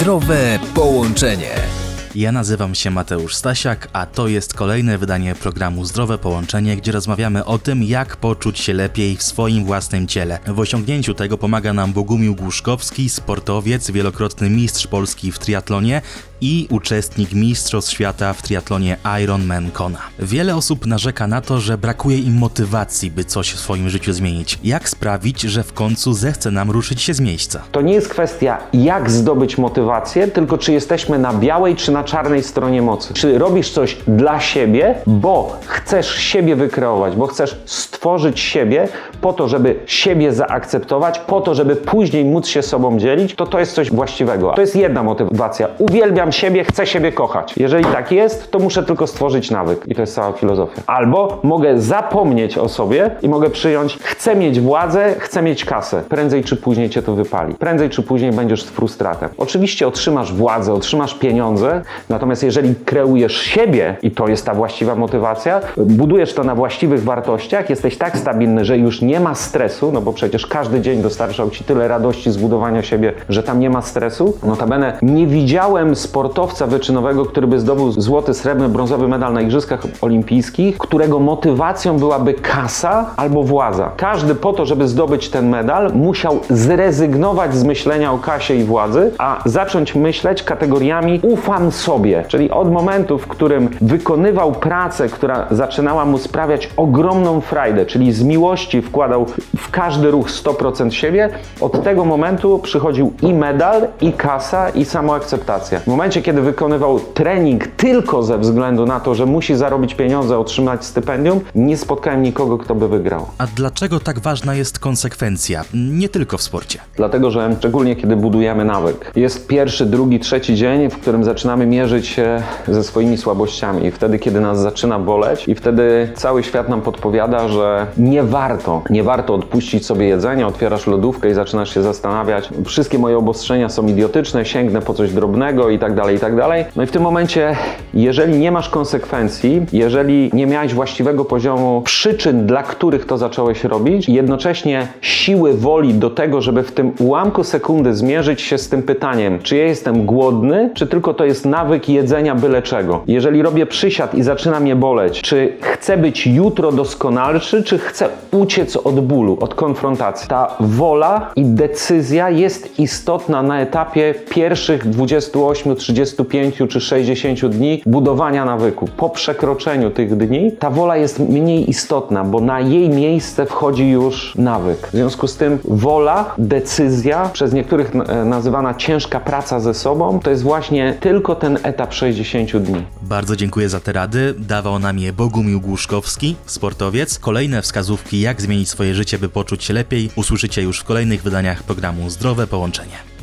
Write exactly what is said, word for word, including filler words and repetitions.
Zdrowe Połączenie. Ja nazywam się Mateusz Stasiak, a to jest kolejne wydanie programu Zdrowe Połączenie, gdzie rozmawiamy o tym, jak poczuć się lepiej w swoim własnym ciele. W osiągnięciu tego pomaga nam Bogumił Głuszkowski, sportowiec, wielokrotny mistrz Polski w triatlonie i uczestnik Mistrzostw Świata w triatlonie Ironman Kona. Wiele osób narzeka na to, że brakuje im motywacji, by coś w swoim życiu zmienić. Jak sprawić, że w końcu zechce nam ruszyć się z miejsca? To nie jest kwestia, jak zdobyć motywację, tylko czy jesteśmy na białej, czy na czarnej stronie mocy. Czy robisz coś dla siebie, bo chcesz siebie wykreować, bo chcesz stworzyć siebie po to, żeby siebie zaakceptować, po to, żeby później móc się sobą dzielić, to to jest coś właściwego. To jest jedna motywacja. Uwielbiam siebie, chcę siebie kochać. Jeżeli tak jest, to muszę tylko stworzyć nawyk. I to jest cała filozofia. Albo mogę zapomnieć o sobie i mogę przyjąć, chcę mieć władzę, chcę mieć kasę. Prędzej czy później cię to wypali. Prędzej czy później będziesz z frustratem. Oczywiście otrzymasz władzę, otrzymasz pieniądze, natomiast jeżeli kreujesz siebie, i to jest ta właściwa motywacja, budujesz to na właściwych wartościach, jesteś tak stabilny, że już nie ma stresu, no bo przecież każdy dzień dostarczał ci tyle radości z budowania siebie, że tam nie ma stresu. Notabene nie widziałem sportowca wyczynowego, który by zdobył złoty, srebrny, brązowy medal na Igrzyskach Olimpijskich, którego motywacją byłaby kasa albo władza. Każdy po to, żeby zdobyć ten medal, musiał zrezygnować z myślenia o kasie i władzy, a zacząć myśleć kategoriami ufam sobie. Czyli od momentu, w którym wykonywał pracę, która zaczynała mu sprawiać ogromną frajdę, czyli z miłości wkładał w każdy ruch sto procent siebie, od tego momentu przychodził i medal, i kasa, i samoakceptacja. W momencie, kiedy wykonywał trening tylko ze względu na to, że musi zarobić pieniądze, otrzymać stypendium, nie spotkałem nikogo, kto by wygrał. A dlaczego tak ważna jest konsekwencja? Nie tylko w sporcie. Dlatego, że szczególnie kiedy budujemy nawyk, jest pierwszy, drugi, trzeci dzień, w którym zaczynamy mierzyć się ze swoimi słabościami. I wtedy, kiedy nas zaczyna boleć, i wtedy cały świat nam podpowiada, że nie warto, nie warto odpuścić sobie jedzenia, otwierasz lodówkę i zaczynasz się zastanawiać, wszystkie moje obostrzenia są idiotyczne, sięgnę po coś drobnego i tak dalej, i tak dalej. No i w tym momencie, jeżeli nie masz konsekwencji, jeżeli nie miałeś właściwego poziomu przyczyn, dla których to zacząłeś robić, jednocześnie siły woli do tego, żeby w tym ułamku sekundy zmierzyć się z tym pytaniem, czy ja jestem głodny, czy tylko to jest nawyk jedzenia byle czego. Jeżeli robię przysiad i zaczyna mnie boleć, czy chcę być jutro doskonalszy, czy chcę uciec od bólu, od konfrontacji. Ta wola i decyzja jest istotna na etapie pierwszych dwudziestu ośmiu, trzydziestu pięciu czy sześćdziesięciu dni budowania nawyku. Po przekroczeniu tych dni ta wola jest mniej istotna, bo na jej miejsce wchodzi już nawyk. W związku z tym wola, decyzja, przez niektórych nazywana ciężka praca ze sobą, to jest właśnie tylko ten etap sześćdziesięciu dni. Bardzo dziękuję za te rady. Dawał nam je Bogumił Głuszkowski, sportowiec. Kolejne wskazówki, jak zmienić swoje życie, by poczuć się lepiej, usłyszycie już w kolejnych wydaniach programu Zdrowe Połączenie.